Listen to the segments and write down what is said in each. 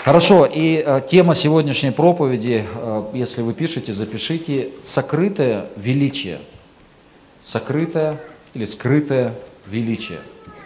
Хорошо, и тема сегодняшней проповеди, если вы пишете, запишите: сокрытое величие. Сокрытое или скрытое величие.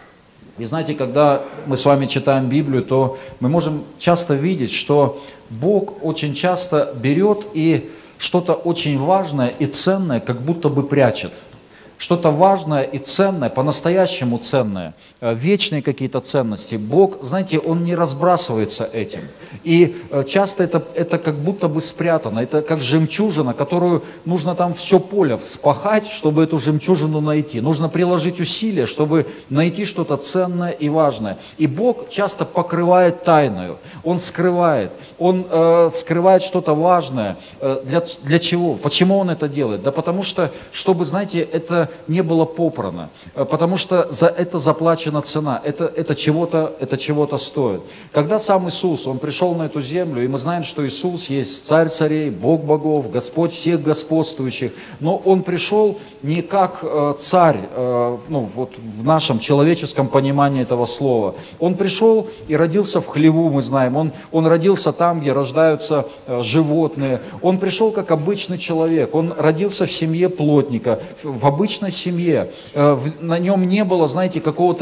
И знаете, когда мы с вами читаем Библию, то мы можем часто видеть, что Бог очень часто берет и что-то очень важное и ценное как будто бы прячет. Что-то важное и ценное, по-настоящему ценное, вечные какие-то ценности. Бог, знаете, Он не разбрасывается этим. И часто это как будто бы спрятано. Это как жемчужина, которую нужно там все поле вспахать, чтобы эту жемчужину найти. Нужно приложить усилия, чтобы найти что-то ценное и важное. И Бог часто покрывает тайною. Он скрывает. Он скрывает что-то важное. Для чего? Почему Он это делает? Да потому что, чтобы, знаете, это не было попрано, потому что за это заплачена цена, это чего-то стоит. Когда сам Иисус, Он пришел на эту землю, и мы знаем, что Иисус есть Царь царей, Бог богов, Господь всех господствующих, но Он пришел не как царь, вот в нашем человеческом понимании этого слова. Он пришел и родился в хлеву, мы знаем, он родился там, где рождаются животные. Он пришел как обычный человек, Он родился в семье плотника, в обычной семье. На нем не было, знаете, какой-то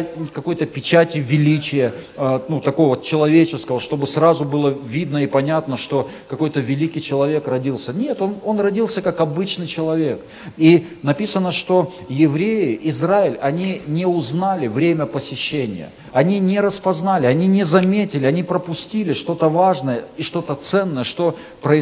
печати величия, такого человеческого, чтобы сразу было видно и понятно, что какой-то великий человек родился. Нет, он родился как обычный человек. И написано, что евреи, Израиль, они не узнали время посещения. Они не распознали, они не заметили, они пропустили что-то важное и что-то ценное, что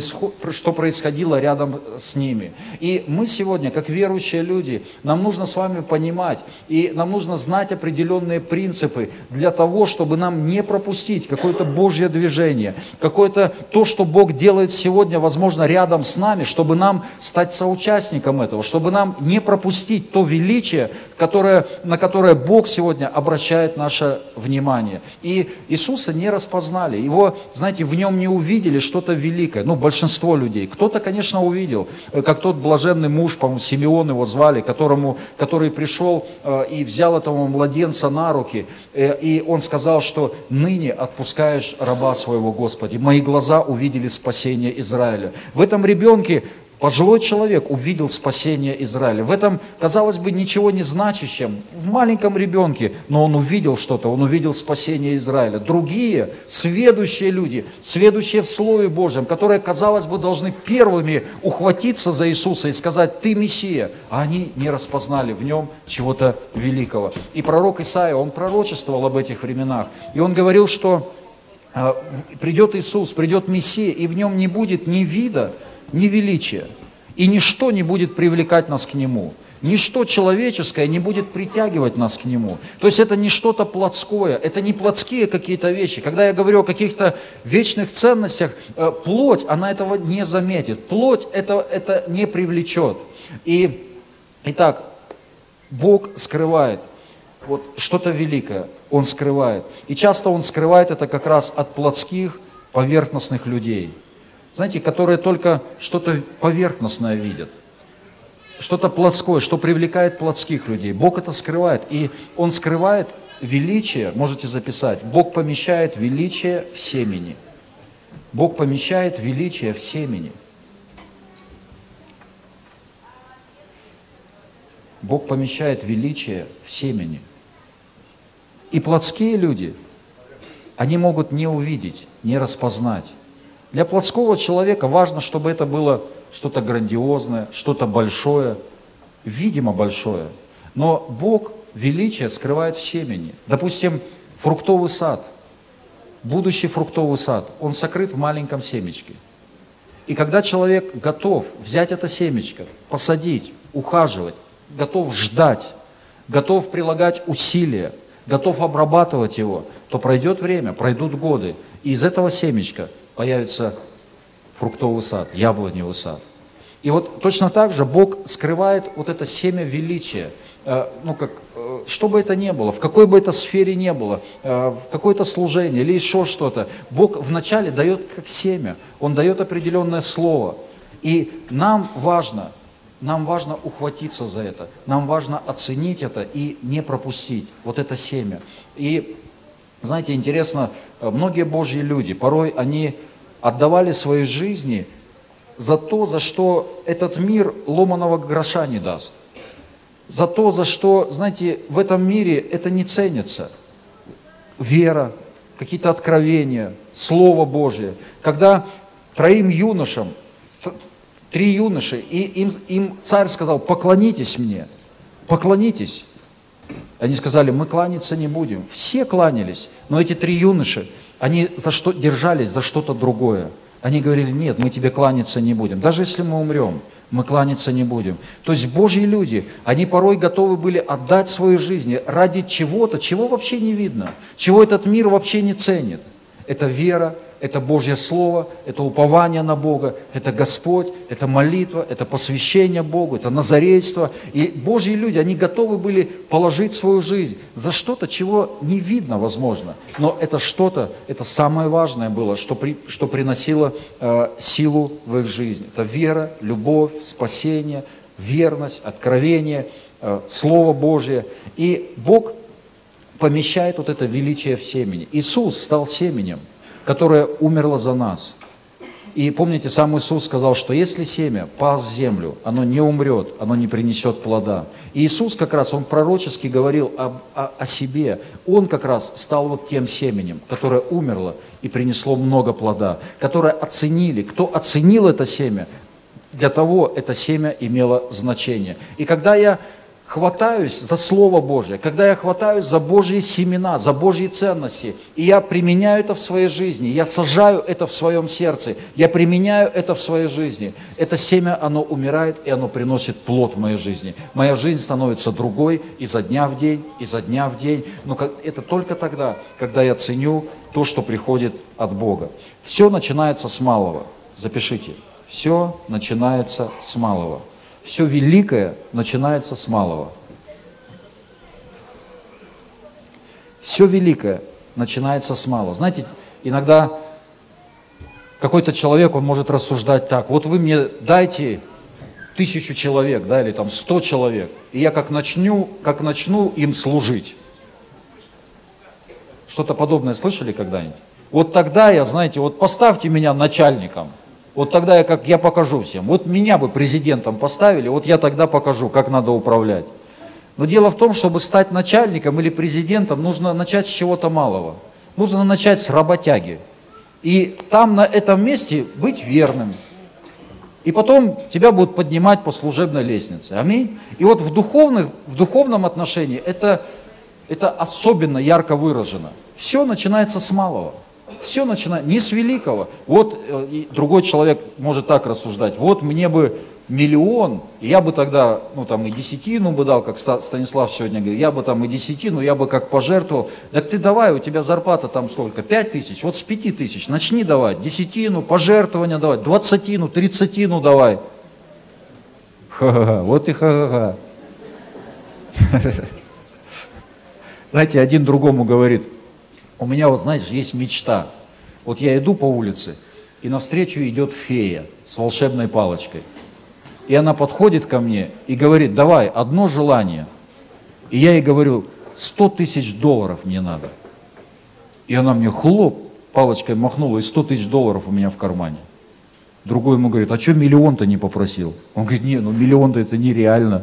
происходило рядом с ними. И мы сегодня, как верующие люди, нам нужно с вами понимать, и нам нужно знать определенные принципы для того, чтобы нам не пропустить какое-то Божье движение, какое-то то, что Бог делает сегодня, возможно, рядом с нами, чтобы нам стать соучастником этого, чтобы нам не пропустить то величие, на которое Бог сегодня обращает наше внимание. И Иисуса не распознали, Его, знаете, в Нем не увидели что-то великое, большинство людей. Кто-то, конечно, увидел, как тот блаженный муж, по-моему, Симеон его звали, который пришел и взял этого младенца на руки, и он сказал, что ныне отпускаешь раба своего, Господи. Мои глаза увидели спасение Израиля. В этом ребенке пожилой человек увидел спасение Израиля. В этом, казалось бы, ничего не значащем, в маленьком ребенке, но он увидел что-то, он увидел спасение Израиля. Другие, сведущие люди, сведущие в Слове Божьем, которые, казалось бы, должны первыми ухватиться за Иисуса и сказать: «Ты Мессия», а они не распознали в Нем чего-то великого. И пророк Исаия, он пророчествовал об этих временах, и он говорил, что придет Иисус, придет Мессия, и в Нем не будет ни вида, ни величия, и ничто не будет привлекать нас к Нему. Ничто человеческое не будет притягивать нас к Нему. То есть это не что-то плотское, это не плотские какие-то вещи. Когда я говорю о каких-то вечных ценностях, плоть, она этого не заметит. Плоть это не привлечет. Итак, Бог скрывает вот что-то великое, Он скрывает. И часто Он скрывает это как раз от плотских, поверхностных людей. Знаете, которые только что-то поверхностное видят, что-то плотское, что привлекает плотских людей. Бог это скрывает, и Он скрывает величие, можете записать, Бог помещает величие в семени. Бог помещает величие в семени. Бог помещает величие в семени. И плотские люди, они могут не увидеть, не распознать. Для плотского человека важно, чтобы это было что-то грандиозное, что-то большое, видимо большое. Но Бог величие скрывает в семени. Допустим, фруктовый сад, будущий фруктовый сад, он сокрыт в маленьком семечке. И когда человек готов взять это семечко, посадить, ухаживать, готов ждать, готов прилагать усилия, готов обрабатывать его, то пройдет время, пройдут годы, и из этого семечка появится фруктовый сад, яблоневый сад. И вот точно так же Бог скрывает вот это семя величия, что бы это ни было, в какой бы это сфере ни было, в какое-то служение или еще что-то. Бог вначале дает как семя, Он дает определенное слово. И нам важно ухватиться за это, нам важно оценить это и не пропустить вот это семя. И знаете, интересно, многие Божьи люди, порой они отдавали свои жизни за то, за что этот мир ломаного гроша не даст. За то, за что, знаете, в этом мире это не ценится. Вера, какие-то откровения, Слово Божие. Когда 3 юношам, 3 юноши, и им царь сказал: поклонитесь мне, поклонитесь. Они сказали: мы кланяться не будем. Все кланялись, но эти 3 юноши, они за что держались, за что-то другое. Они говорили: нет, мы тебе кланяться не будем. Даже если мы умрем, мы кланяться не будем. То есть Божьи люди, они порой готовы были отдать свои жизни ради чего-то, чего вообще не видно, чего этот мир вообще не ценит. Это вера, это Божье Слово, это упование на Бога, это Господь, это молитва, это посвящение Богу, это назарейство. И Божьи люди, они готовы были положить свою жизнь за что-то, чего не видно, возможно. Но это что-то, это самое важное было, что приносило силу в их жизнь. Это вера, любовь, спасение, верность, откровение, Слово Божье. И Бог помещает вот это величие в семени. Иисус стал семенем, которое умерло за нас. И помните, сам Иисус сказал, что если семя пал в землю, оно не умрет, оно не принесет плода. И Иисус как раз, Он пророчески говорил о себе. Он как раз стал вот тем семенем, которое умерло и принесло много плода, которое оценили. Кто оценил это семя, для того это семя имело значение. И когда я хватаюсь за Слово Божие, когда я хватаюсь за Божьи семена, за Божьи ценности, и я применяю это в своей жизни, я сажаю это в своем сердце, я применяю это в своей жизни, это семя, оно умирает, и оно приносит плод в моей жизни. Моя жизнь становится другой изо дня в день, изо дня в день. Но это только тогда, когда я ценю то, что приходит от Бога. Все начинается с малого. Запишите. Все начинается с малого. Все великое начинается с малого. Все великое начинается с малого. Знаете, иногда какой-то человек, он может рассуждать так: вот вы мне дайте 1000 человек, да, или там 100 человек, и я как начну им служить. Что-то подобное слышали когда-нибудь? Вот тогда я, знаете, вот поставьте меня начальником. Вот тогда я покажу всем. Вот меня бы президентом поставили, вот я тогда покажу, как надо управлять. Но дело в том, чтобы стать начальником или президентом, нужно начать с чего-то малого. Нужно начать с работяги. И там, на этом месте, быть верным. И потом тебя будут поднимать по служебной лестнице. Аминь. И вот в духовном отношении это особенно ярко выражено. Все начинается с малого. Все начинается не с великого. Вот другой человек может так рассуждать: вот мне бы 1 000 000, и я бы тогда, и десятину бы дал, как Станислав сегодня говорит, я бы там и десятину, я бы как пожертвовал. Так ты давай, у тебя зарплата там сколько? 5000, вот с 5000 начни давать, десятину, пожертвования давать, 20-ину, 30-ину давай. Ха-ха-ха, вот и ха-ха-ха. Знаете, один другому говорит: у меня вот, знаешь, есть мечта. Вот я иду по улице, и навстречу идет фея с волшебной палочкой. И она подходит ко мне и говорит: давай, одно желание. И я ей говорю: $100 000 мне надо. И она мне хлоп, палочкой махнула, и $100 000 у меня в кармане. Другой ему говорит: а что 1 000 000-то не попросил? Он говорит: не, 1 000 000-то это нереально.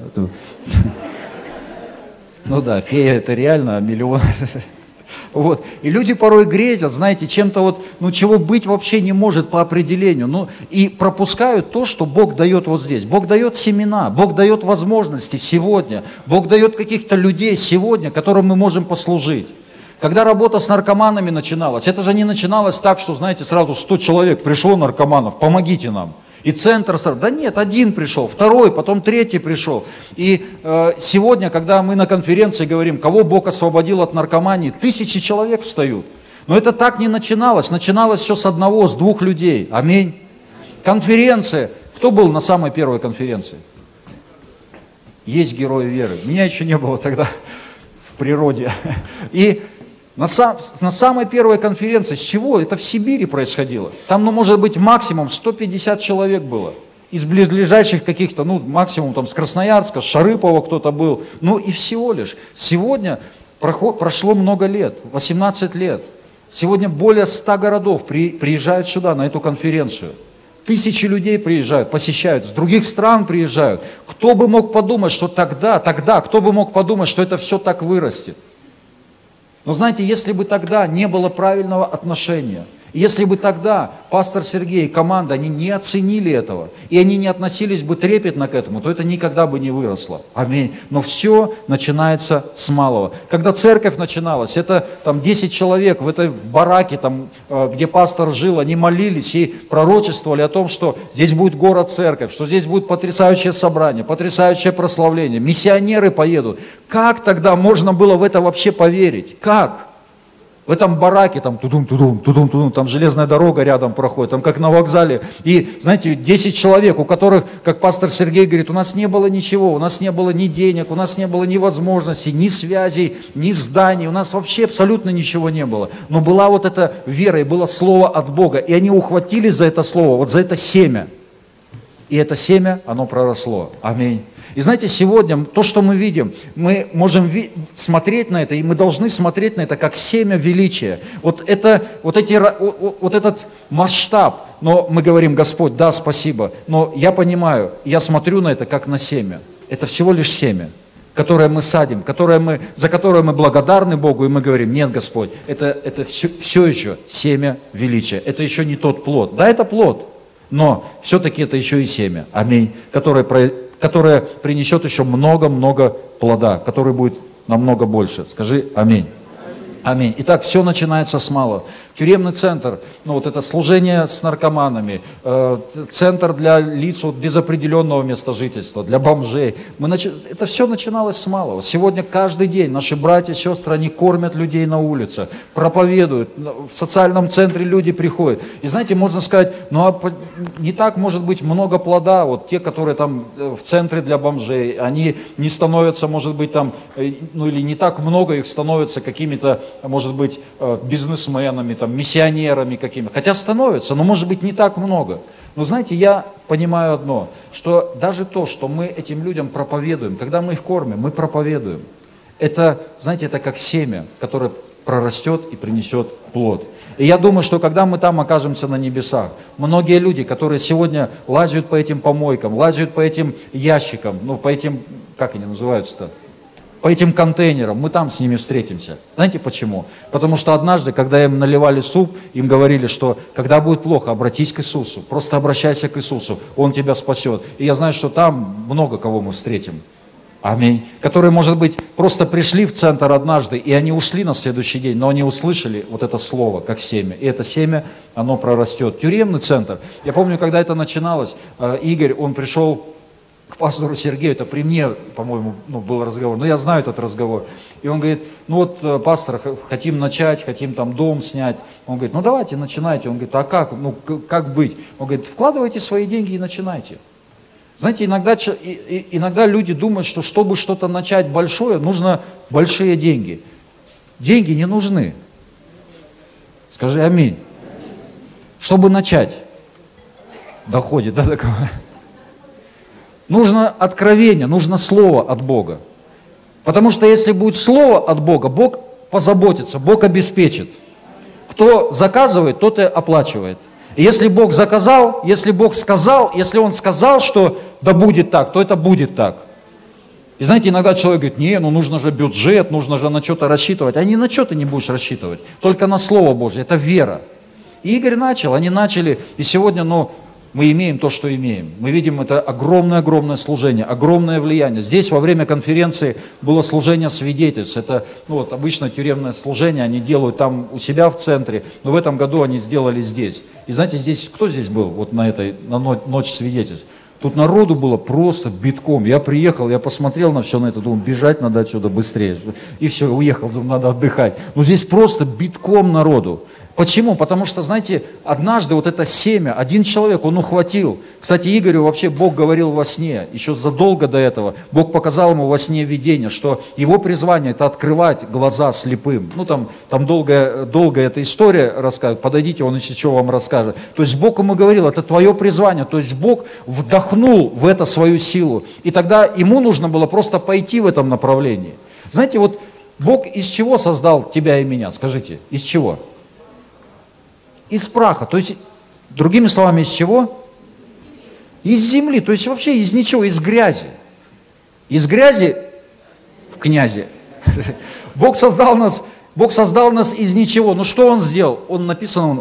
Ну да, фея это реально, а 1 000 000... Вот. И люди порой грезят, знаете, чем-то чего быть вообще не может по определению. И пропускают то, что Бог дает вот здесь. Бог дает семена, Бог дает возможности сегодня. Бог дает каких-то людей сегодня, которым мы можем послужить. Когда работа с наркоманами начиналась, это же не начиналось так, что, знаете, сразу 100 человек пришло наркоманов, помогите нам. И центр сразу, да нет, один пришел, второй, потом третий пришел. И сегодня, когда мы на конференции говорим, кого Бог освободил от наркомании, 1000 человек встают. Но это так не начиналось. Начиналось все с 1, с 2 людей. Аминь. Конференция. Кто был на самой первой конференции? Есть герои веры. Меня еще не было тогда в природе. И на самой первой конференции, с чего? Это в Сибири происходило. Там, может быть, максимум 150 человек было. Из близлежащих каких-то, максимум там с Красноярска, с Шарыпова кто-то был. И всего лишь. Сегодня прошло много лет, 18 лет. Сегодня более 100 городов приезжают сюда, на эту конференцию. Тысячи людей приезжают, посещают, с других стран приезжают. Кто бы мог подумать, что тогда, кто бы мог подумать, что это все так вырастет? Но знаете, если бы тогда не было правильного отношения, если бы тогда пастор Сергей и команда, они не оценили этого, и они не относились бы трепетно к этому, то это никогда бы не выросло. Аминь. Но все начинается с малого. Когда церковь начиналась, это там 10 человек в бараке, там, где пастор жил, они молились и пророчествовали о том, что здесь будет город-церковь, что здесь будет потрясающее собрание, потрясающее прославление, миссионеры поедут. Как тогда можно было в это вообще поверить? Как? В этом бараке, там, тудум, там железная дорога рядом проходит, там как на вокзале. И, знаете, 10 человек, у которых, как пастор Сергей говорит, у нас не было ничего, у нас не было ни денег, у нас не было ни возможностей, ни связей, ни зданий, у нас вообще абсолютно ничего не было. Но была вот эта вера, и было слово от Бога, и они ухватились за это слово, вот за это семя. И это семя, оно проросло. Аминь. И знаете, сегодня то, что мы видим, мы можем смотреть на это, и мы должны смотреть на это как семя величия. Вот этот масштаб, но мы говорим: Господь, да, спасибо, но я понимаю, я смотрю на это как на семя. Это всего лишь семя, которое мы садим, за которое мы благодарны Богу, и мы говорим: нет, Господь, это все еще семя величия, это еще не тот плод. Да, это плод, но все-таки это еще и семя, аминь, которое принесет еще много-много плода, который будет намного больше. Скажи аминь. Аминь. Итак, все начинается с малого. Тюремный центр, это служение с наркоманами, центр для лиц без определенного места жительства, для бомжей. Это все начиналось с малого. Сегодня каждый день наши братья и сестры, они кормят людей на улице, проповедуют, в социальном центре люди приходят. И знаете, можно сказать, не так может быть много плода, те, которые там в центре для бомжей, они не становятся, может быть, там, или не так много их становятся какими-то, может быть, бизнесменами, миссионерами какими-то, хотя становятся, но может быть не так много. Но знаете, я понимаю одно, что даже то, что мы этим людям проповедуем, когда мы их кормим, мы проповедуем. Это, знаете, это как семя, которое прорастет и принесет плод. И я думаю, что когда мы там окажемся на небесах, многие люди, которые сегодня лазят по этим помойкам, лазят по этим ящикам, по этим, как они называются-то? По этим контейнерам, мы там с ними встретимся. Знаете почему? Потому что однажды, когда им наливали суп, им говорили, что когда будет плохо, обратись к Иисусу. Просто обращайся к Иисусу, Он тебя спасет. И я знаю, что там много кого мы встретим. Аминь. Которые, может быть, просто пришли в центр однажды, и они ушли на следующий день, но они услышали вот это слово, как семя. И это семя, оно прорастет. Тюремный центр. Я помню, когда это начиналось, Игорь, он пришел к пастору Сергею, это при мне, по-моему, был разговор, но я знаю этот разговор. И он говорит: пастор, хотим начать, хотим там дом снять. Он говорит: давайте, начинайте. Он говорит: а как? Как быть? Он говорит: вкладывайте свои деньги и начинайте. Знаете, иногда люди думают, что чтобы что-то начать большое, нужно большие деньги. Деньги не нужны. Скажи аминь. Чтобы начать. Доходит, да, до кого? Нужно откровение, нужно слово от Бога. Потому что если будет слово от Бога, Бог позаботится, Бог обеспечит. Кто заказывает, тот и оплачивает. И если Бог заказал, если Бог сказал, если Он сказал, что да будет так, то это будет так. И знаете, иногда человек говорит: нужно же бюджет, нужно же на что-то рассчитывать. А ни на что ты не будешь рассчитывать, только на Слово Божье, это вера. И Игорь они начали, и сегодня, мы имеем то, что имеем. Мы видим это огромное служение, огромное влияние. Здесь во время конференции было служение свидетельств. Это обычно тюремное служение они делают там у себя в центре, но в этом году они сделали здесь. И знаете, кто здесь был на ночь свидетельств? Тут народу было просто битком. Я приехал, я посмотрел на все на это, думаю, бежать надо отсюда быстрее. И все, уехал, думаю, надо отдыхать. Но здесь просто битком народу. Почему? Потому что, знаете, однажды это семя, один человек, он ухватил. Кстати, Игорю вообще Бог говорил во сне, еще задолго до этого. Бог показал ему во сне видение, что его призвание – это открывать глаза слепым. Там долгая эта история рассказывает, подойдите, он если что вам расскажет. То есть Бог ему говорил, это твое призвание, то есть Бог вдохнул в это свою силу. И тогда ему нужно было просто пойти в этом направлении. Знаете, Бог из чего создал тебя и меня, скажите, из чего? Из праха. То есть, другими словами, из чего? Из земли. То есть вообще из ничего, из грязи. Из грязи в князи. Бог создал нас из ничего. Но что Он сделал? Он написано,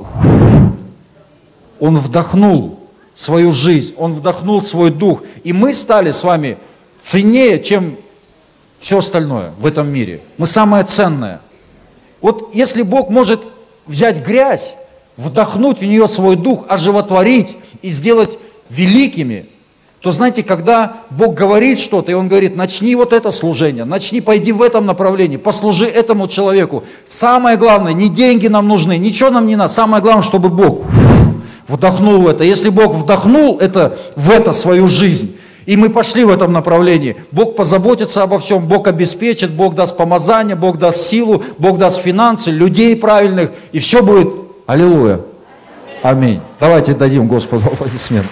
Он вдохнул свою жизнь, Он вдохнул свой дух. И мы стали с вами ценнее, чем все остальное в этом мире. Мы самое ценное. Вот если Бог может взять грязь, вдохнуть в нее свой дух, оживотворить и сделать великими, то знаете, когда Бог говорит что-то, и Он говорит, начни вот это служение, начни, пойди в этом направлении, послужи этому человеку. Самое главное, не деньги нам нужны, ничего нам не надо, самое главное, чтобы Бог вдохнул в это. Если Бог вдохнул в это свою жизнь, и мы пошли в этом направлении, Бог позаботится обо всем, Бог обеспечит, Бог даст помазание, Бог даст силу, Бог даст финансы, людей правильных, и все будет. Аллилуйя. Аминь. Давайте дадим Господу аплодисмент.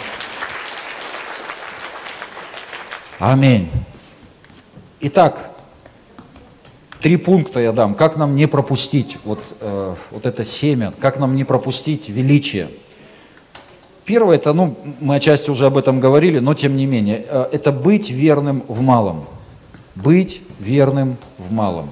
Аминь. Итак, 3 пункта я дам. Как нам не пропустить вот это семя, как нам не пропустить величие. Первое, это, мы отчасти уже об этом говорили, но тем не менее, это быть верным в малом. Быть верным в малом.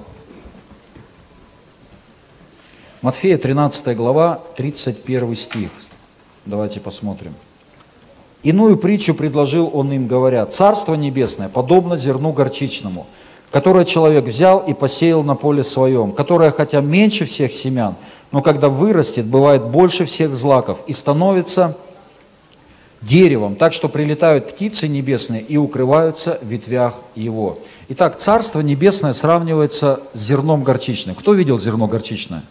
Матфея 13 глава, 31 стих. Давайте посмотрим. Иную притчу предложил Он им, говоря, «Царство небесное подобно зерну горчичному, которое человек взял и посеял на поле своем, которое, хотя меньше всех семян, но когда вырастет, бывает больше всех злаков и становится деревом, так что прилетают птицы небесные и укрываются в ветвях его». Итак, Царство Небесное сравнивается с зерном горчичным. Кто видел зерно горчичное?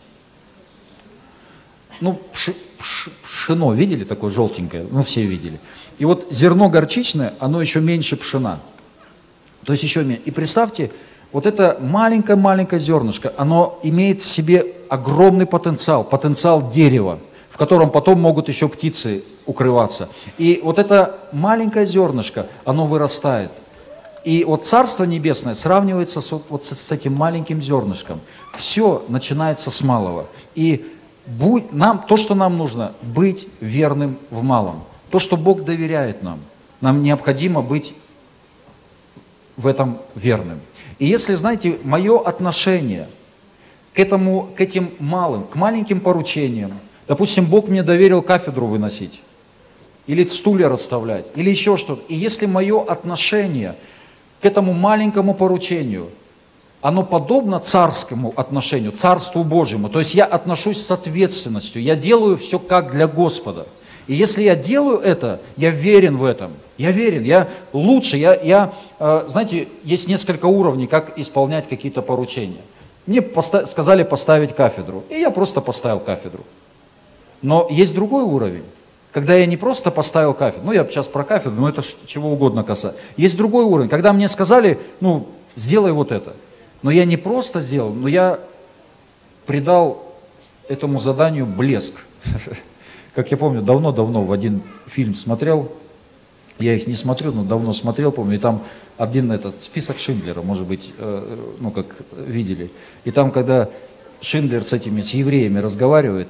Пшено видели, такое желтенькое? Все видели. И вот зерно горчичное, оно еще меньше пшена. То есть еще меньше. И представьте, вот это маленькое-маленькое зернышко, оно имеет в себе огромный потенциал дерева, в котором потом могут еще птицы укрываться. И вот это маленькое зернышко, оно вырастает. И вот Царство Небесное сравнивается с этим маленьким зернышком. Все начинается с малого. И то, что нам нужно, быть верным в малом. То, что Бог доверяет нам необходимо быть в этом верным. И если, знаете, мое отношение к этим малым, к маленьким поручениям, допустим, Бог мне доверил кафедру выносить, или стулья расставлять, или еще что-то. И если мое отношение к этому маленькому поручению, оно подобно царскому отношению, Царству Божьему, то есть я отношусь с ответственностью, я делаю все как для Господа. И если я делаю это, я верен в этом, я верен, я лучше, знаете, есть несколько уровней, как исполнять какие-то поручения. Мне сказали поставить кафедру, и я просто поставил кафедру. Но есть другой уровень, когда я не просто поставил кафедру, я сейчас про кафедру, но это чего угодно касается. Есть другой уровень, когда мне сказали, сделай вот это. Но я не просто сделал, но я придал этому заданию блеск. Как я помню, давно-давно в один фильм смотрел, я их не смотрю, но давно смотрел, помню, и там один список Шиндлера, может быть, как видели. И там, когда Шиндлер с евреями разговаривает,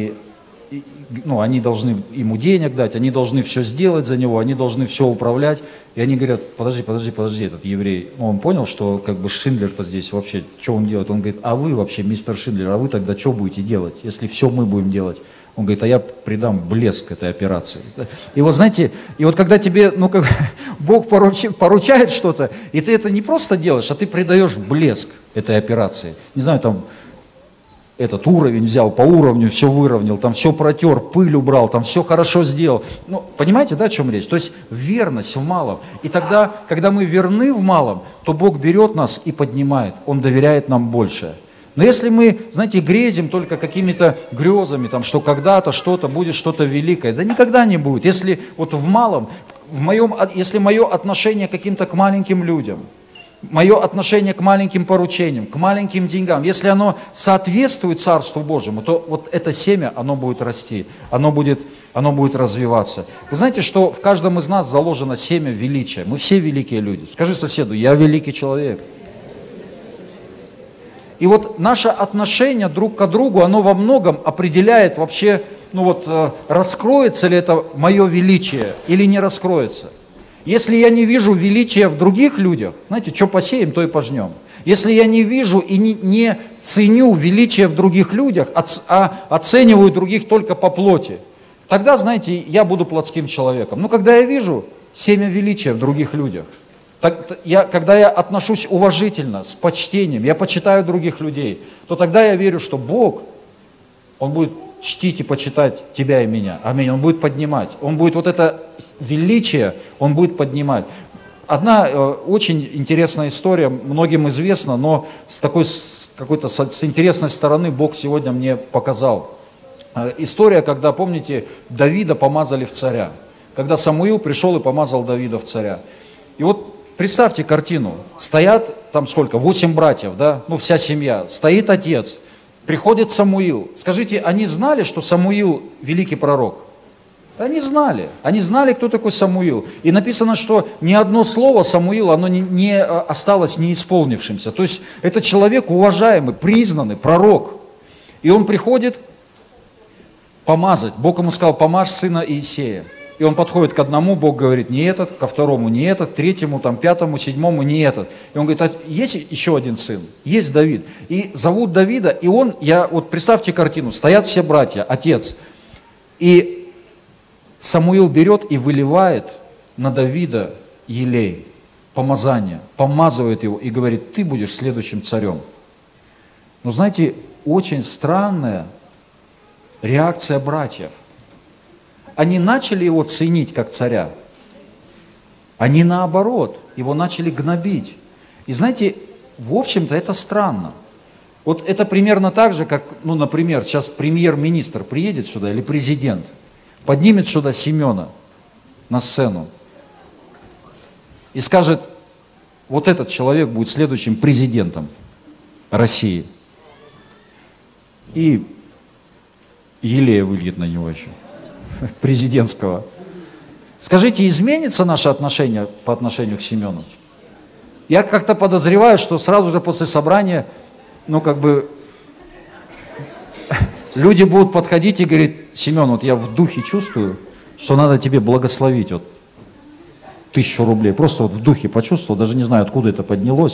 они должны ему денег дать, они должны все сделать за него, они должны все управлять. И они говорят, подожди, этот еврей. Он понял, что Шиндлер-то здесь вообще, что он делает? Он говорит, а вы вообще, мистер Шиндлер, а вы тогда что будете делать, если все мы будем делать? Он говорит, а я придам блеск этой операции. И вот знаете, когда тебе, Бог поручает что-то, и ты это не просто делаешь, а ты придаешь блеск этой операции. Не знаю, там, этот уровень взял, по уровню все выровнял, там все протер, пыль убрал, там все хорошо сделал. Понимаете, да, о чем речь? То есть верность в малом. И тогда, когда мы верны в малом, то Бог берет нас и поднимает, Он доверяет нам больше. Но если мы, знаете, грезим только какими-то грезами, что когда-то что-то будет, что-то великое, да никогда не будет. Если вот в малом, если мое отношение к маленьким людям, мое отношение к маленьким поручениям, к маленьким деньгам, если оно соответствует Царству Божьему, то вот это семя, оно будет расти, оно будет развиваться. Вы знаете, что в каждом из нас заложено семя величия. Мы все великие люди. Скажи соседу, я великий человек. И вот наше отношение друг к другу, оно во многом определяет вообще раскроется ли это мое величие или не раскроется. Если я не вижу величия в других людях, знаете, что посеем, то и пожнем. Если я не вижу и не ценю величие в других людях, а оцениваю других только по плоти, тогда, знаете, я буду плотским человеком. Но когда я вижу семя величия в других людях, когда я отношусь уважительно, с почтением, я почитаю других людей, то тогда я верю, что Бог, Он будет чтить и почитать тебя и меня. Аминь. Он будет поднимать. Он будет вот это величие, Он будет поднимать. Одна очень интересная история, многим известна, но с интересной стороны Бог сегодня мне показал. История, когда, помните, Давида помазали в царя. Когда Самуил пришел и помазал Давида в царя. И вот представьте картину. Стоят там сколько? 8 братьев, да? Вся семья. Стоит отец. Приходит Самуил. Скажите, они знали, что Самуил великий пророк? Они знали, кто такой Самуил. И написано, что ни одно слово Самуила, оно не осталось неисполнившимся. То есть это человек уважаемый, признанный, пророк. И он приходит помазать. Бог ему сказал, помажь сына Иисея. И он подходит к одному, Бог говорит, не этот, ко второму не этот, третьему, пятому, седьмому не этот. И он говорит, а есть еще один сын? Есть Давид. И зовут Давида, и представьте картину, стоят все братья, отец. И Самуил берет и выливает на Давида елей, помазание, помазывает его и говорит, ты будешь следующим царем. Но знаете, очень странная реакция братьев. Они начали его ценить как царя. Они наоборот, его начали гнобить. И знаете, в общем-то это странно. Вот это примерно так же, как, например, сейчас премьер-министр приедет сюда или президент, поднимет сюда Семена на сцену и скажет, вот этот человек будет следующим президентом России. И елея выльет на него еще. Президентского. Скажите, изменится наше отношение по отношению к Семену? Я как-то подозреваю, что сразу же после собрания, люди будут подходить и говорить, Семен, вот я в духе чувствую, что надо тебе благословить 1000 рублей. Просто в духе почувствовал, даже не знаю, откуда это поднялось.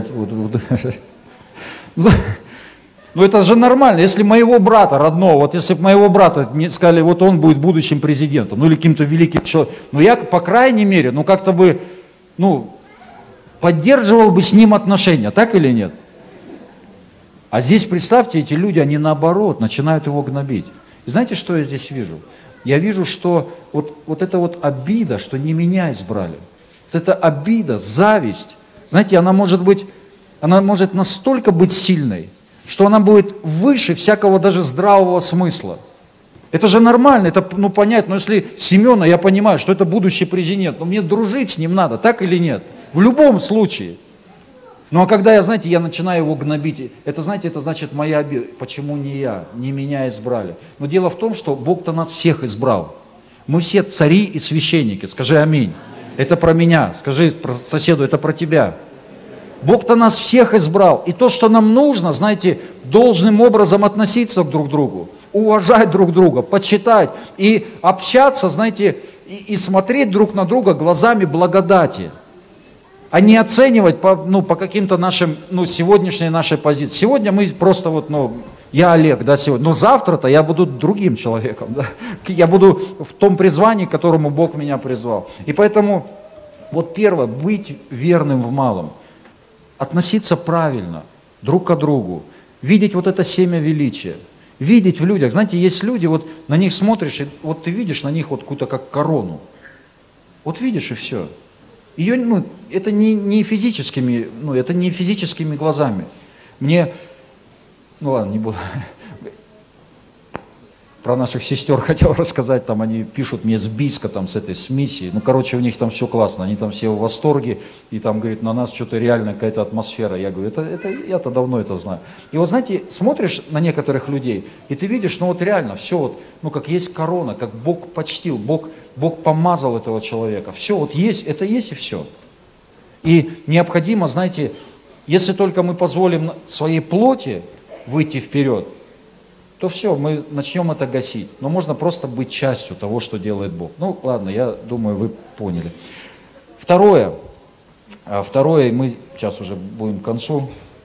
Ну это же нормально, если моего брата родного, если бы моего брата мне сказали, вот он будет будущим президентом, или каким-то великим человеком, я, по крайней мере, как-то бы, поддерживал бы с ним отношения, так или нет? А здесь, представьте, эти люди, они наоборот, начинают его гнобить. И знаете, что я здесь вижу? Я вижу, что вот эта обида, что не меня избрали, вот эта обида, зависть, знаете, она может настолько быть сильной, что она будет выше всякого даже здравого смысла. Это же нормально, это понятно, но если Семена, я понимаю, что это будущий президент, но мне дружить с ним надо, так или нет? В любом случае. Ну а когда я начинаю его гнобить, это значит моя обида. Почему не я, не меня избрали? Но дело в том, что Бог-то нас всех избрал. Мы все цари и священники, скажи аминь. Это про меня, скажи соседу, это про тебя. Бог-то нас всех избрал. И то, что нам нужно, должным образом относиться друг к другу, уважать друг друга, почитать и общаться, и смотреть друг на друга глазами благодати, а не оценивать по каким-то нашим, сегодняшней нашей позиции. Сегодня мы просто я Олег, да, сегодня, но завтра-то я буду другим человеком, да? Я буду в том призвании, к которому Бог меня призвал. И поэтому, первое, быть верным в малом. Относиться правильно друг к другу, видеть это семя величия, видеть в людях. Знаете, есть люди, на них смотришь, и ты видишь на них какую-то как корону. Видишь и все. Ее, это не физическими, это не физическими глазами. Мне, ладно, не буду. Про наших сестер хотел рассказать, они пишут мне с Бийска, с миссии, у них там все классно, они там все в восторге, и говорит, на нас что-то реально какая-то атмосфера. Я говорю, я-то давно это знаю. И знаете, смотришь на некоторых людей, и ты видишь, реально все как есть корона, как Бог почтил, Бог помазал этого человека, все есть, это есть и все. И необходимо, если только мы позволим своей плоти выйти вперед, то все, мы начнем это гасить. Но можно просто быть частью того, что делает Бог. Ну, ладно, я думаю, вы поняли. Второе, мы сейчас уже будем к концу.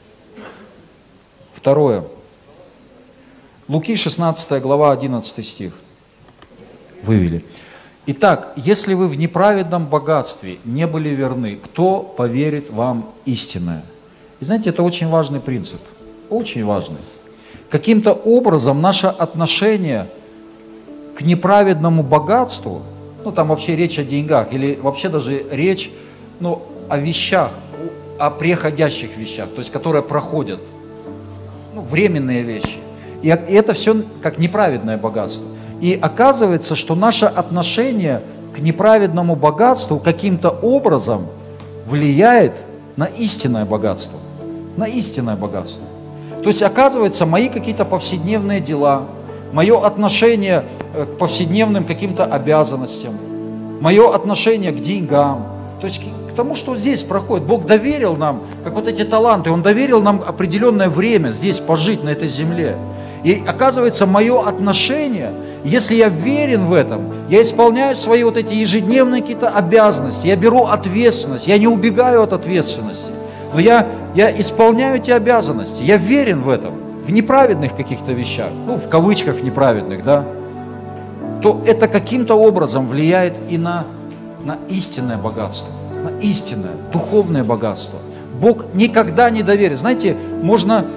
Второе. Луки 16 глава, 11 стих. Вывели. Итак, если вы в неправедном богатстве не были верны, кто поверит вам истинное? И знаете, это очень важный принцип. Очень важный. Каким-то образом наше отношение к неправедному богатству, ну там вообще речь о деньгах, или вообще даже речь о вещах, о преходящих вещах, то есть которые проходят, временные вещи. И это все как неправедное богатство. И оказывается, что наше отношение к неправедному богатству каким-то образом влияет на истинное богатство. На истинное богатство. То есть, оказывается, мои какие-то повседневные дела, мое отношение к повседневным каким-то обязанностям, мое отношение к деньгам, то есть к тому, что здесь проходит. Бог доверил нам, как вот эти таланты, Он доверил нам определенное время здесь пожить, на этой земле. И оказывается, мое отношение, если я верен в этом, я исполняю свои вот эти ежедневные какие-то обязанности, я беру ответственность, я не убегаю от ответственности, но я исполняю эти обязанности, я верен в этом, в неправедных каких-то вещах, в кавычках неправедных, да, то это каким-то образом влияет и на истинное богатство, на истинное, духовное богатство. Бог никогда не доверит. Знаете, можно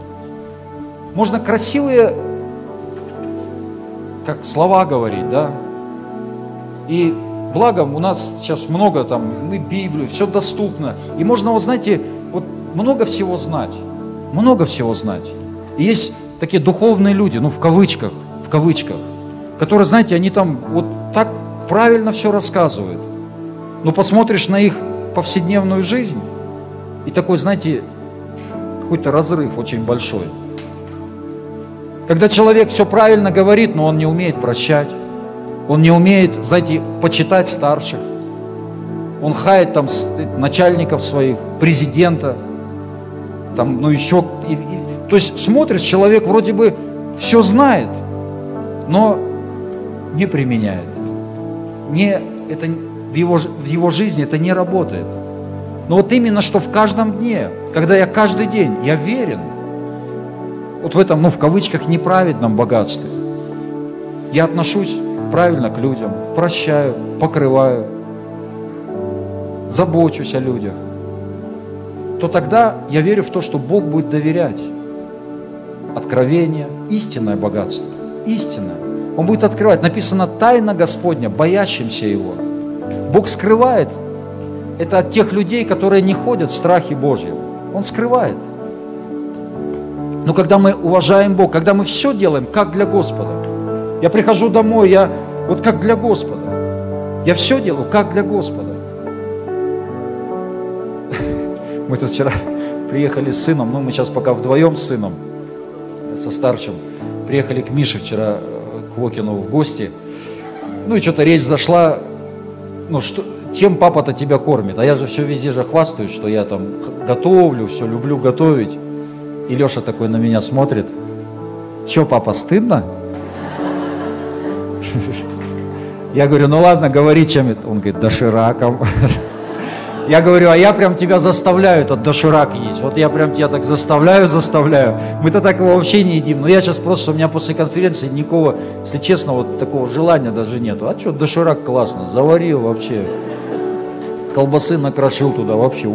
красивые, как слова говорить, да, и благо у нас сейчас много там, мы Библию, все доступно, и можно, вот знаете, вот много всего знать, И есть такие духовные люди, в кавычках, которые, знаете, они там вот так правильно все рассказывают, но посмотришь на их повседневную жизнь, и такой, знаете, какой-то разрыв очень большой. Когда человек все правильно говорит, но он не умеет прощать, он не умеет, знаете, почитать старших, он хает там начальников своих, президента, там, еще. То есть смотришь, человек вроде бы все знает, но не применяет. Это в его жизни это не работает. Но вот именно что в каждом дне, когда я каждый день, я верен, вот в этом, в кавычках, неправедном богатстве, я отношусь правильно к людям, прощаю, покрываю, забочусь о людях, то тогда я верю в то, что Бог будет доверять. Откровение, истинное богатство, истинное. Он будет открывать. Написано: тайна Господня, боящимся Его. Бог скрывает это от тех людей, которые не ходят в страхе Божьем. Он скрывает. Но когда мы уважаем Бога, когда мы все делаем как для Господа, я прихожу домой, я вот как для Господа, я все делаю как для Господа. Мы тут вчера приехали с сыном, мы сейчас пока вдвоем с сыном, со старшим, приехали к Мише вчера, к Вокину в гости, и что-то речь зашла, чем папа-то тебя кормит, а я же все везде же хвастаюсь, что я там готовлю, все люблю готовить. И Леша такой на меня смотрит: что, папа, стыдно? Я говорю: ну ладно, говори, чем это. Он говорит: дошираком. Я говорю: а я прям тебя заставляю этот доширак есть. Вот я прям тебя так заставляю. Мы-то так его вообще не едим. Но я сейчас просто, у меня после конференции никакого, если честно, вот такого желания даже нету. А что, доширак классно, заварил вообще. Колбасы накрошил туда вообще,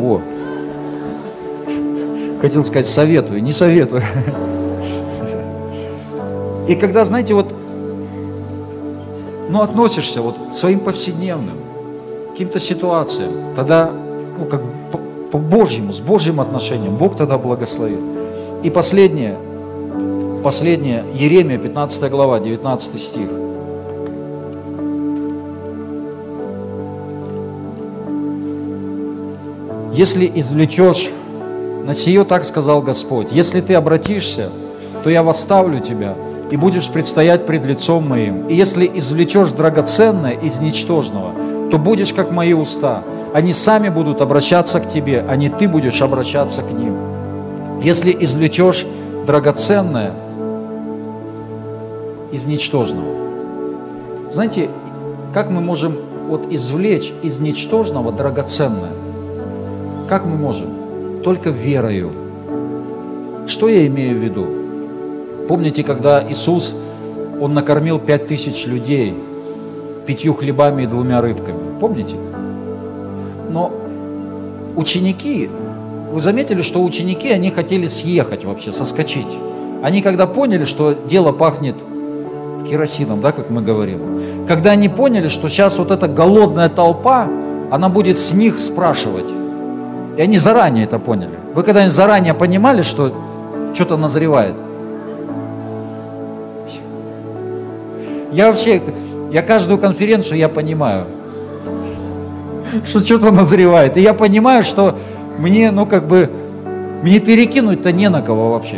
Хотел сказать, советую, не советую. И когда, знаете, относишься к своим повседневным каким-то ситуациям, тогда, как по-божьему, с Божьим отношением, Бог тогда благословит. И последнее, Иеремия, 15 глава, 19 стих. Если извлечешь, на сие так сказал Господь: если ты обратишься, то я восставлю тебя, и будешь предстоять пред лицом моим. И если извлечешь драгоценное из ничтожного, то будешь как мои уста. Они сами будут обращаться к тебе, а не ты будешь обращаться к ним. Если извлечешь драгоценное из ничтожного. Знаете, как мы можем вот извлечь из ничтожного драгоценное? Как мы можем? Только верою. Что я имею в виду? Помните, когда Иисус, Он накормил 5000 людей 5 хлебами и 2 рыбками? Помните? Но ученики, вы заметили, что ученики, они хотели съехать вообще, соскочить. Они когда поняли, что дело пахнет керосином, да, как мы говорим, когда они поняли, что сейчас вот эта голодная толпа, она будет с них спрашивать. И они заранее это поняли. Вы когда-нибудь заранее понимали, что что-то назревает? Я каждую конференцию я понимаю, что что-то назревает. И я понимаю, что мне, мне перекинуть-то не на кого вообще.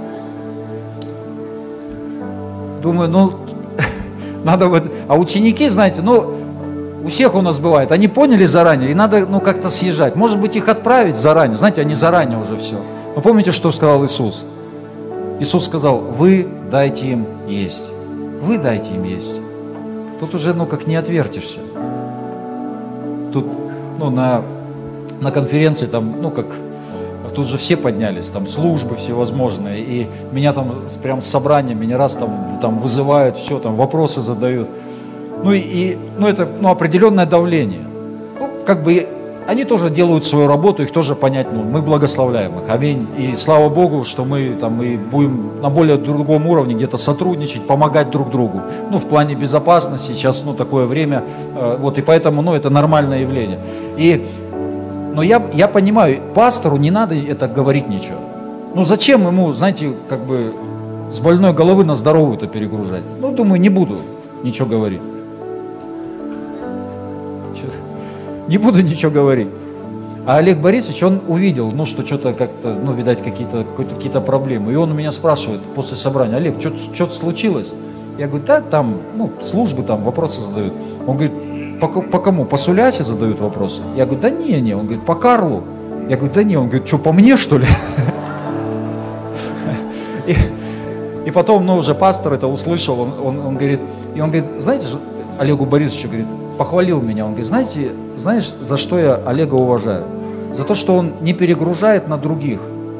Думаю, надо вот... А ученики, знаете, у всех у нас бывает, они поняли заранее, и надо, как-то съезжать. Может быть, их отправить заранее, знаете, они заранее уже все. Но помните, что сказал Иисус? Иисус сказал, вы дайте им есть. Вы дайте им есть. Тут уже, как не отвертишься. Тут, на конференции там, тут же все поднялись, там службы всевозможные, и меня там прям с собранием, меня раз там вызывают, все, там вопросы задают. Это определенное давление. Они тоже делают свою работу, их тоже понять, мы благословляем их, аминь. И слава Богу, что мы и будем на более другом уровне где-то сотрудничать, помогать друг другу. В плане безопасности сейчас, такое время, и поэтому, это нормальное явление. Но я понимаю, пастору не надо это говорить ничего. Зачем ему, знаете, с больной головы на здоровую-то перегружать? Думаю, не буду ничего говорить. Не буду ничего говорить. А Олег Борисович, он увидел, что что-то как-то, видать, какие-то проблемы. И он у меня спрашивает после собрания, Олег, что-то случилось? Я говорю, да, там, службы там вопросы задают. Он говорит, по кому? По Сулясе задают вопросы? Я говорю, да не. Он говорит, по Карлу? Я говорю, да не. Он говорит, что, по мне, что ли? И потом, уже пастор это услышал, он говорит, знаете, Олегу Борисовичу, говорит, похвалил меня, он говорит, знаешь, за что я Олега уважаю? За то, что он не перегружает на других,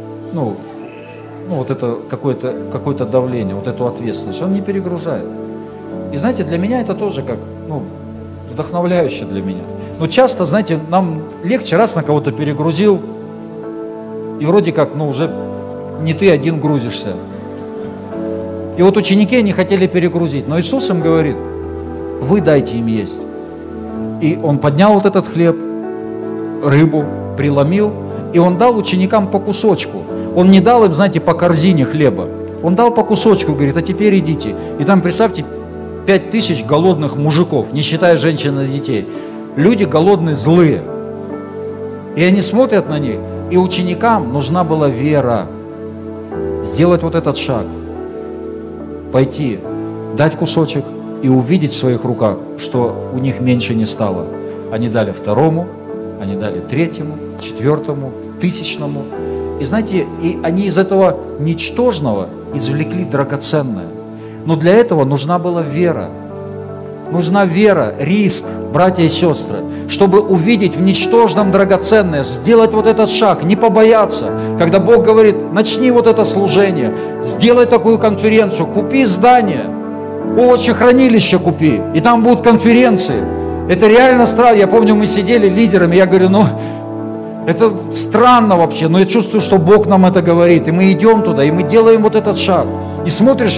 вот это какое-то давление, вот эту ответственность, он не перегружает. И знаете, для меня это тоже вдохновляюще для меня. Но часто, знаете, нам легче раз на кого-то перегрузил, и вроде как, уже не ты один грузишься. И вот ученики не хотели перегрузить, но Иисус им говорит, вы дайте им есть. И он поднял вот этот хлеб, рыбу, преломил, и он дал ученикам по кусочку. Он не дал им, знаете, по корзине хлеба. Он дал по кусочку, говорит, а теперь идите. И там, представьте, 5000 голодных мужиков, не считая женщин и детей. Люди голодные, злые. И они смотрят на них, и ученикам нужна была вера. Сделать вот этот шаг. Пойти, дать кусочек и увидеть в своих руках, что у них меньше не стало. Они дали 2-му, они дали 3-му, 4-му, 1000-му. И знаете, и они из этого ничтожного извлекли драгоценное. Но для этого нужна была вера. Нужна вера, риск, братья и сестры, чтобы увидеть в ничтожном драгоценное, сделать вот этот шаг, не побояться. Когда Бог говорит, начни вот это служение, сделай такую конференцию, купи здание, овощехранилище купи, и там будут конференции. Это реально странно. Я помню, мы сидели лидерами, я говорю, это странно вообще, но я чувствую, что Бог нам это говорит, и мы идем туда, и мы делаем вот этот шаг. И смотришь,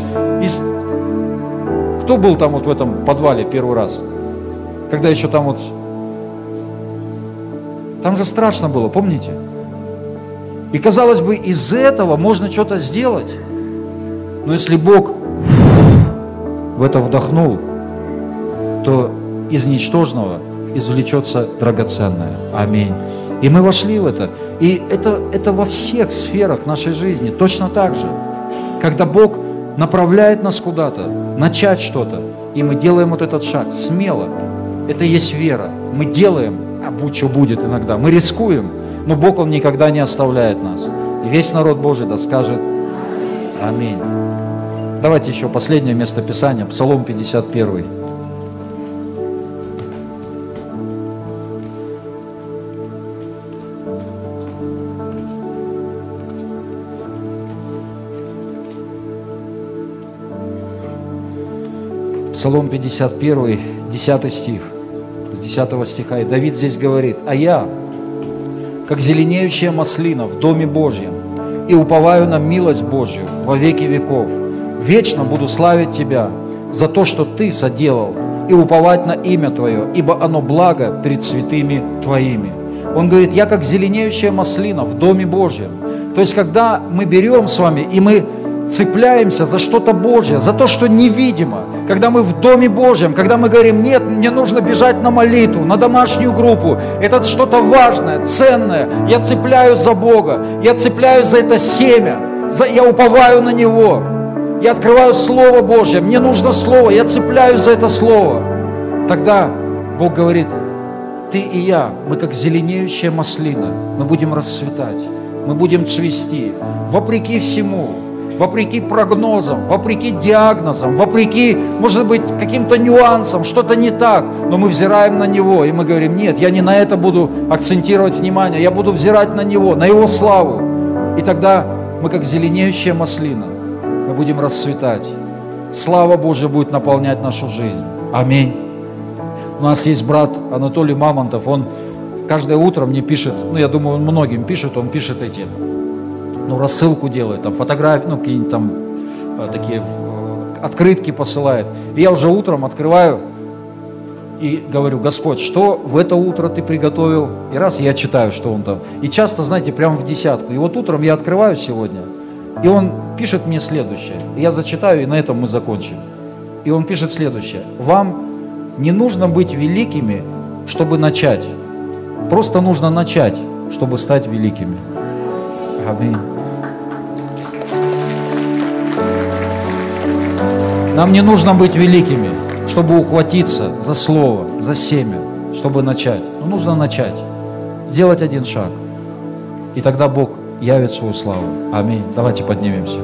кто был там вот в этом подвале первый раз? Когда еще там там же страшно было, помните? И казалось бы, из этого можно что-то сделать. Но если Бог в это вдохнул, то из ничтожного извлечется драгоценное. Аминь. И мы вошли в это. И это во всех сферах нашей жизни точно так же. Когда Бог направляет нас куда-то, начать что-то, и мы делаем вот этот шаг смело. Это есть вера. Мы делаем, а будь что будет иногда. Мы рискуем, но Бог, Он никогда не оставляет нас. И весь народ Божий да скажет аминь. Давайте еще последнее место Писания, Псалом 51. Псалом 51, 10 стих, с 10 стиха. И Давид здесь говорит: «А я, как зеленеющая маслина в Доме Божьем, и уповаю на милость Божью во веки веков. Вечно буду славить Тебя за то, что Ты соделал, и уповать на имя Твое, ибо оно благо перед святыми Твоими». Он говорит: я как зеленеющая маслина в Доме Божьем. То есть, когда мы берем с вами, и мы цепляемся за что-то Божье, за то, что невидимо, когда мы в Доме Божьем, когда мы говорим: нет, мне нужно бежать на молитву, на домашнюю группу, это что-то важное, ценное, я цепляюсь за Бога, я цепляюсь за это семя, я уповаю на Него, я открываю Слово Божье, мне нужно Слово, я цепляюсь за это Слово. Тогда Бог говорит: ты и я, мы как зеленеющая маслина, мы будем расцветать, мы будем цвести, вопреки всему, вопреки прогнозам, вопреки диагнозам, вопреки, может быть, каким-то нюансам, что-то не так, но мы взираем на Него, и мы говорим: нет, я не на это буду акцентировать внимание, я буду взирать на Него, на Его славу. И тогда мы, как зеленеющая маслина, мы будем расцветать. Слава Божья будет наполнять нашу жизнь. Аминь. У нас есть брат Анатолий Мамонтов, он каждое утро мне пишет, я думаю, он многим пишет, он пишет эти, рассылку делает, там фотографии, какие-нибудь там такие открытки посылает. И я уже утром открываю и говорю: Господь, что в это утро Ты приготовил? И раз я читаю, что он там. И часто, знаете, прямо в десятку. И вот утром я открываю сегодня, и он пишет мне следующее. И я зачитаю, и на этом мы закончим. И он пишет следующее: вам не нужно быть великими, чтобы начать. Просто нужно начать, чтобы стать великими. Аминь. Нам не нужно быть великими, чтобы ухватиться за слово, за семя, чтобы начать. Но нужно начать, сделать один шаг. И тогда Бог явит свою славу. Аминь. Давайте поднимемся.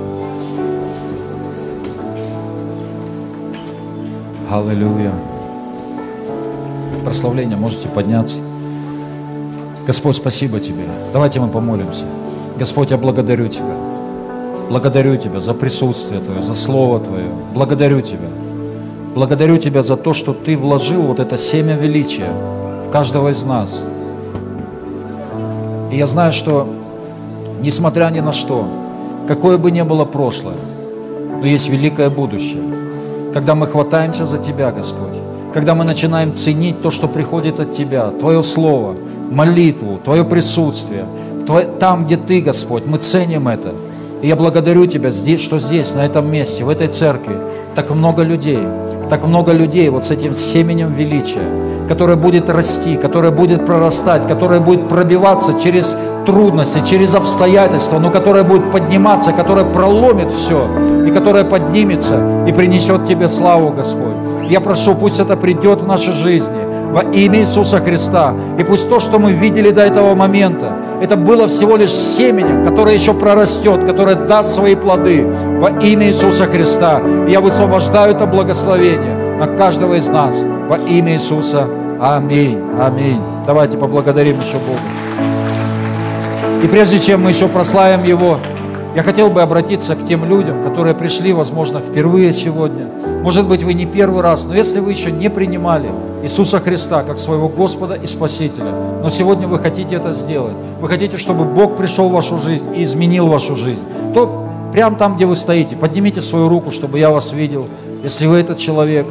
Аллилуйя. Прославление, можете подняться. Господь, спасибо Тебе. Давайте мы помолимся. Господь, я благодарю Тебя. Благодарю Тебя за присутствие Твое, за Слово Твое. Благодарю Тебя. Благодарю Тебя за то, что Ты вложил вот это семя величия в каждого из нас. И я знаю, что, несмотря ни на что, какое бы ни было прошлое, но есть великое будущее. Когда мы хватаемся за Тебя, Господь, когда мы начинаем ценить то, что приходит от Тебя, Твое Слово, молитву, Твое присутствие, там, где Ты, Господь, мы ценим это. И я благодарю Тебя, что здесь, на этом месте, в этой церкви, так много людей вот с этим семенем величия, которое будет расти, которое будет прорастать, которое будет пробиваться через трудности, через обстоятельства, но которое будет подниматься, которое проломит все, и которое поднимется и принесет Тебе славу, Господь. Я прошу, пусть это придет в нашей жизни во имя Иисуса Христа. И пусть то, что мы видели до этого момента, это было всего лишь семенем, которое еще прорастет, которое даст свои плоды во имя Иисуса Христа. И я высвобождаю это благословение на каждого из нас во имя Иисуса. Аминь. Аминь. Давайте поблагодарим еще Бога. И прежде чем мы еще прославим Его, я хотел бы обратиться к тем людям, которые пришли, возможно, впервые сегодня. Может быть, вы не первый раз, но если вы еще не принимали Иисуса Христа как своего Господа и Спасителя, но сегодня вы хотите это сделать, вы хотите, чтобы Бог пришел в вашу жизнь и изменил вашу жизнь, то прямо там, где вы стоите, поднимите свою руку, чтобы я вас видел, если вы этот человек.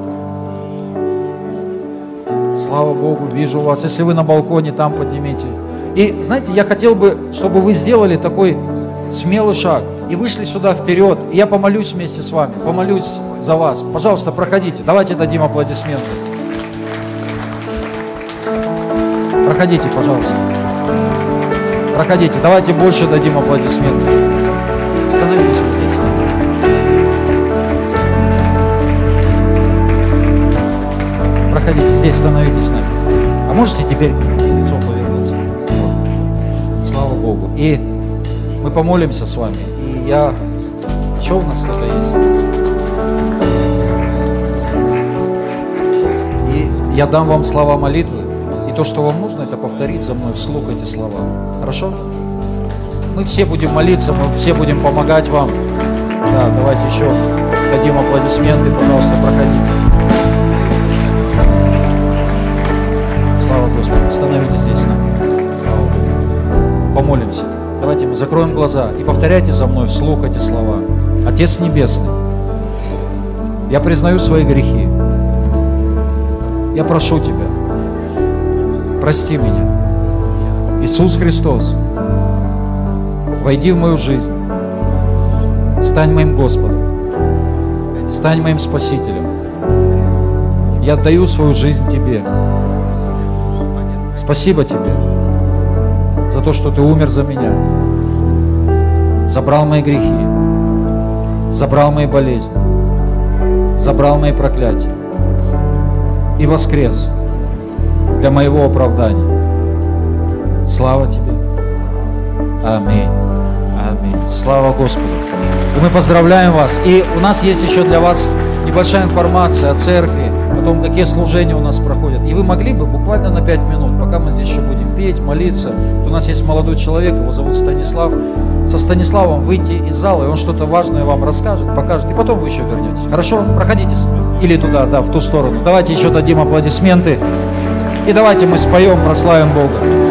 Слава Богу, вижу вас. Если вы на балконе, там поднимите. И, знаете, я хотел бы, чтобы вы сделали такой смелый шаг и вышли сюда вперед. И я помолюсь вместе с вами, помолюсь за вас. Пожалуйста, проходите. Давайте дадим аплодисменты. Проходите, пожалуйста. Проходите. Давайте больше дадим аплодисменты. Становитесь вот здесь. Проходите, здесь становитесь с нами. А можете теперь лицом повернуться? Вот. Слава Богу. И мы помолимся с вами. И я Еще у нас кто-то есть? И я дам вам слова молитвы. И то, что вам нужно, это повторить за мной вслух эти слова. Хорошо? Мы все будем молиться, мы все будем помогать вам. Да, давайте еще дадим аплодисменты, пожалуйста, проходите. Слава Господу. Становитесь здесь с нами. Слава Богу. Помолимся. Давайте мы закроем глаза и повторяйте за мной вслух эти слова. Отец Небесный, я признаю свои грехи. Я прошу Тебя, прости меня. Иисус Христос, войди в мою жизнь. Стань моим Господом. Стань моим Спасителем. Я отдаю свою жизнь Тебе. Спасибо Тебе за то, что Ты умер за меня. Забрал мои грехи. Забрал мои болезни. Забрал мои проклятия. И воскрес для моего оправдания. Слава Тебе. Аминь. Аминь. Слава Господу. И мы поздравляем вас. И у нас есть еще для вас небольшая информация о церкви, о том, какие служения у нас проходят. И вы могли бы буквально на 5 минут, пока мы здесь еще будем петь, молиться. У нас есть молодой человек, его зовут Станислав. Со Станиславом выйти из зала, и он что-то важное вам расскажет, покажет, и потом вы еще вернетесь. Хорошо? Проходите или туда, да, в ту сторону. Давайте еще дадим аплодисменты. И давайте мы споем, прославим Бога.